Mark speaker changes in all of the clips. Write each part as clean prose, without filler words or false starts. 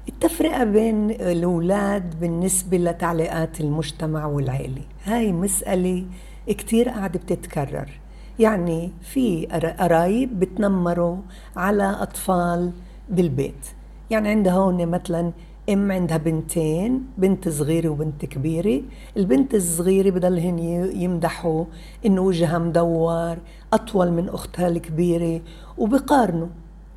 Speaker 1: التفرقة بين الأولاد بالنسبة لتعليقات المجتمع والعائلة، هاي مسألة كتير قاعدة بتتكرر. يعني في قرايب بتنمروا على أطفال بالبيت. يعني عندها هون مثلا عندها بنتين، بنت صغيرة وبنت كبيرة. البنت الصغيرة بضلهن يمدحوا إنه وجهها مدور أطول من أختها الكبيرة وبقارنوا.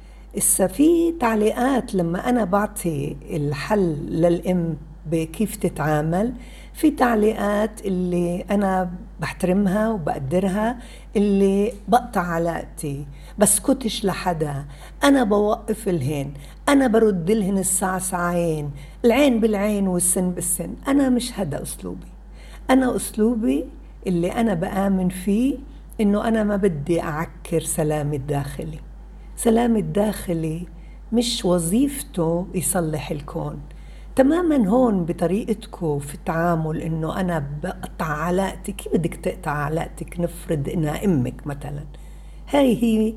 Speaker 1: إسا في تعليقات لما أنا بعطي الحل للأم بكيف تتعامل، في تعليقات اللي أنا بحترمها وبقدرها، اللي بقطع علاقتي، بسكتش لحدا، أنا بوقف الهن، أنا برد لهن الساعة ساعين، العين بالعين والسن بالسن. أنا مش هذا أسلوبي. أنا أسلوبي اللي أنا بآمن فيه إنه أنا ما بدي أعكر سلامي الداخلي. سلام الداخلي مش وظيفته يصلح الكون تماما. هون بطريقتكم في التعامل انه انا بقطع علاقتك. كيف بدك تقطع علاقتك؟ نفرض انها امك مثلا، هاي هي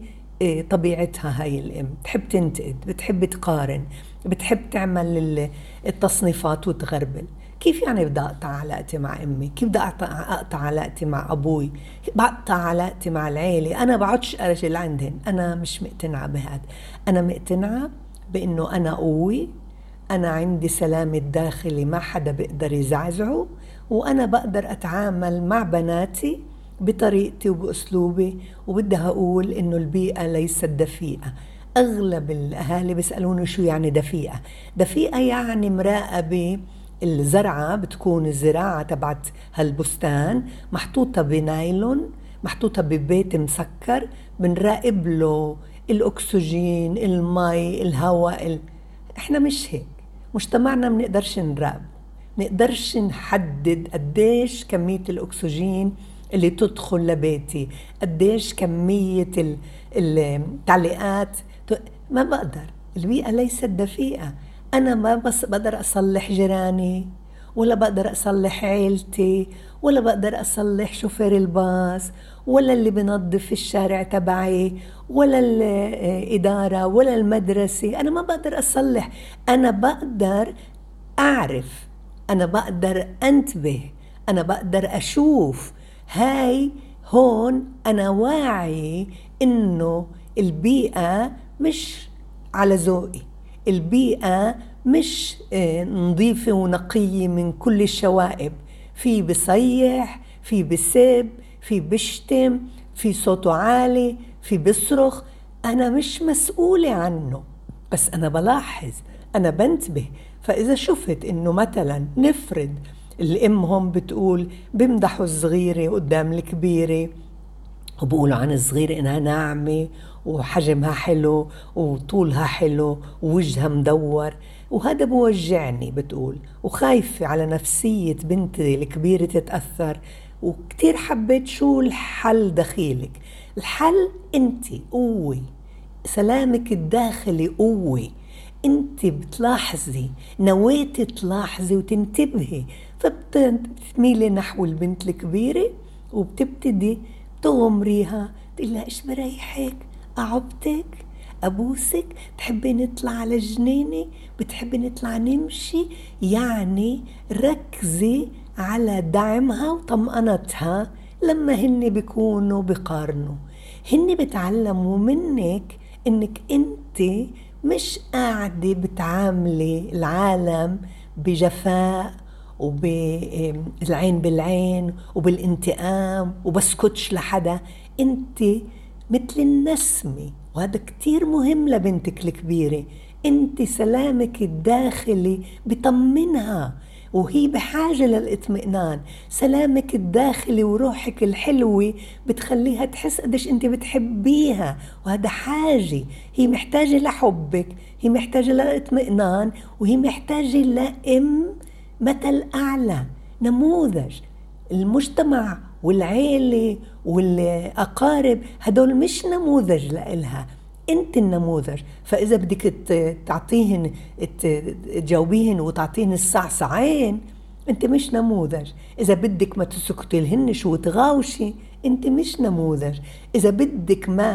Speaker 1: طبيعتها. هاي الام بتحب تنتقد، بتحب تقارن، بتحب تعمل التصنيفات وتغربل. كيف يعني بدي اقطع علاقتي مع امي؟ كيف بدي اقطع علاقتي مع ابوي؟ بقطع علاقتي مع العيلة؟ انا بقعدش ارجل عندهن. انا مش مقتنعة بهذا. انا مقتنعة بانه انا قوي، انا عندي سلام الداخلي ما حدا بيقدر يزعزعه، وانا بقدر اتعامل مع بناتي بطريقتي وبأسلوبي. وبدها أقول إنه البيئة ليست دفيئة. أغلب الأهالي بيسألوني شو يعني دفيئة؟ دفيئة يعني مراقبة. الزرعة بتكون الزراعة تبعت هالبستان محطوطة بنايلون، محطوطة ببيت مسكر، بنراقب له الأكسجين، المي، الهواء. إحنا مش هيك. مجتمعنا منقدرش نراقبه، نقدرش نحدد قديش كمية الأكسجين اللي تدخل لبيتي، قديش كمية التعليقات. ما بقدر. البيئة ليست دفيئة. أنا ما بس بقدر أصلح جيراني، ولا بقدر أصلح عيلتي، ولا بقدر أصلح شوفير الباص، ولا اللي بنظف الشارع تبعي، ولا الإدارة، ولا المدرسة. أنا ما بقدر أصلح. أنا بقدر أعرف، أنا بقدر أنتبه، أنا بقدر أشوف. هاي هون أنا واعي إنه البيئة مش على ذوقي، البيئة مش نظيفة ونقية من كل الشوائب. في بصيح، في بسب، في بشتم، في صوته عالي، في بصرخ. أنا مش مسؤولة عنه، بس أنا بلاحظ، أنا بنتبه. فإذا شفت إنه مثلا نفرض الأم هم بتقول بمدحوا الصغيرة قدام الكبيرة، وبقولوا عن الصغيرة إنها ناعمة وحجمها حلو وطولها حلو ووجهها مدور، وهذا بوجعني بتقول، وخايفة على نفسية بنتي الكبيرة تتأثر. وكتير حبيت شو الحل دخيلك. الحل انتي قوي، سلامك الداخلي قوي. انت بتلاحظي، نويتي تلاحظي وتنتبهي، فبتميلي نحو البنت الكبيرة وبتبتدي تغمريها، تقول لها ايش بريحك؟ اعبتك؟ ابوسك؟ تحبي نطلع على الجنينة؟ بتحبي نطلع نمشي؟ يعني ركزي على دعمها وطمأنتها. لما هن بيكونوا بقارنوا، هن بتعلموا منك انك انت مش قاعدة بتعاملي العالم بجفاء وبالعين بالعين وبالانتقام وبسكتش لحدا. انت مثل النسمة، وهذا كتير مهم لبنتك الكبيرة. انت سلامك الداخلي بطمنها، وهي بحاجة للاطمئنان. سلامك الداخلي وروحك الحلوة بتخليها تحس قديش انت بتحبيها، وهذا حاجة. هي محتاجة لحبك، هي محتاجة للاطمئنان، وهي محتاجة لأم مثل أعلى، نموذج. المجتمع والعيلة والأقارب هدول مش نموذج لإلها، انت النموذج. فاذا بدك تعطيهن، تجاوبيهن وتعطيهن الصعصعين، انت مش نموذج. اذا بدك ما تسكتي لهنش وتغاوشي، انت مش نموذج. اذا بدك ما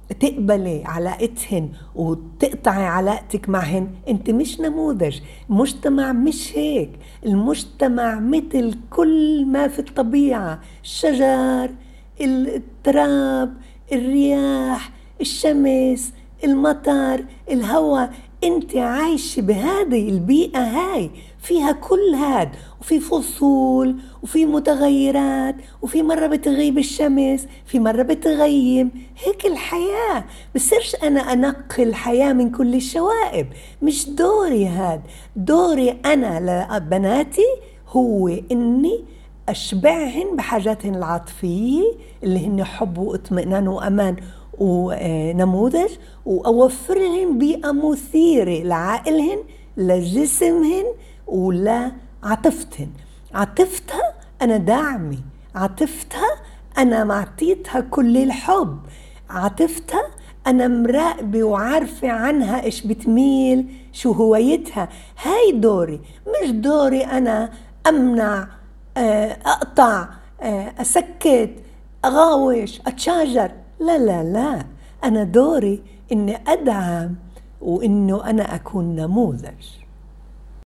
Speaker 1: تقبلي علاقتهن وتقطعي علاقتك معهن، انت مش نموذج. المجتمع مش هيك. المجتمع مثل كل ما في الطبيعة، الشجر، التراب، الرياح، الشمس، المطر، الهواء. انت عايشة بهذه البيئة، هاي فيها كل هاد، وفي فصول وفي متغيرات، وفي مرة بتغيب الشمس، في مرة بتغيم. هيك الحياة. بصيرش أنا أنقي الحياة من كل الشوائب، مش دوري هاد. دوري أنا لبناتي هو إني أشبعهن بحاجاتهن العاطفية اللي هن حب واطمئنان وأمان ونموذج، وأوفر لهم بيئة مثيرة لعقلهن، لجسمهن، ولعاطفتهن. عاطفتها أنا داعمي، عاطفتها أنا معطيتها كل الحب، عاطفتها أنا مراقبة وعارفة عنها إيش بتميل، شو هوايتها. هاي دوري. مش دوري أنا أمنع، أقطع، أسكت، أغاوش، أتشاجر. لا لا لا، أنا دوري إني أدعم وإنه أنا أكون نموذج.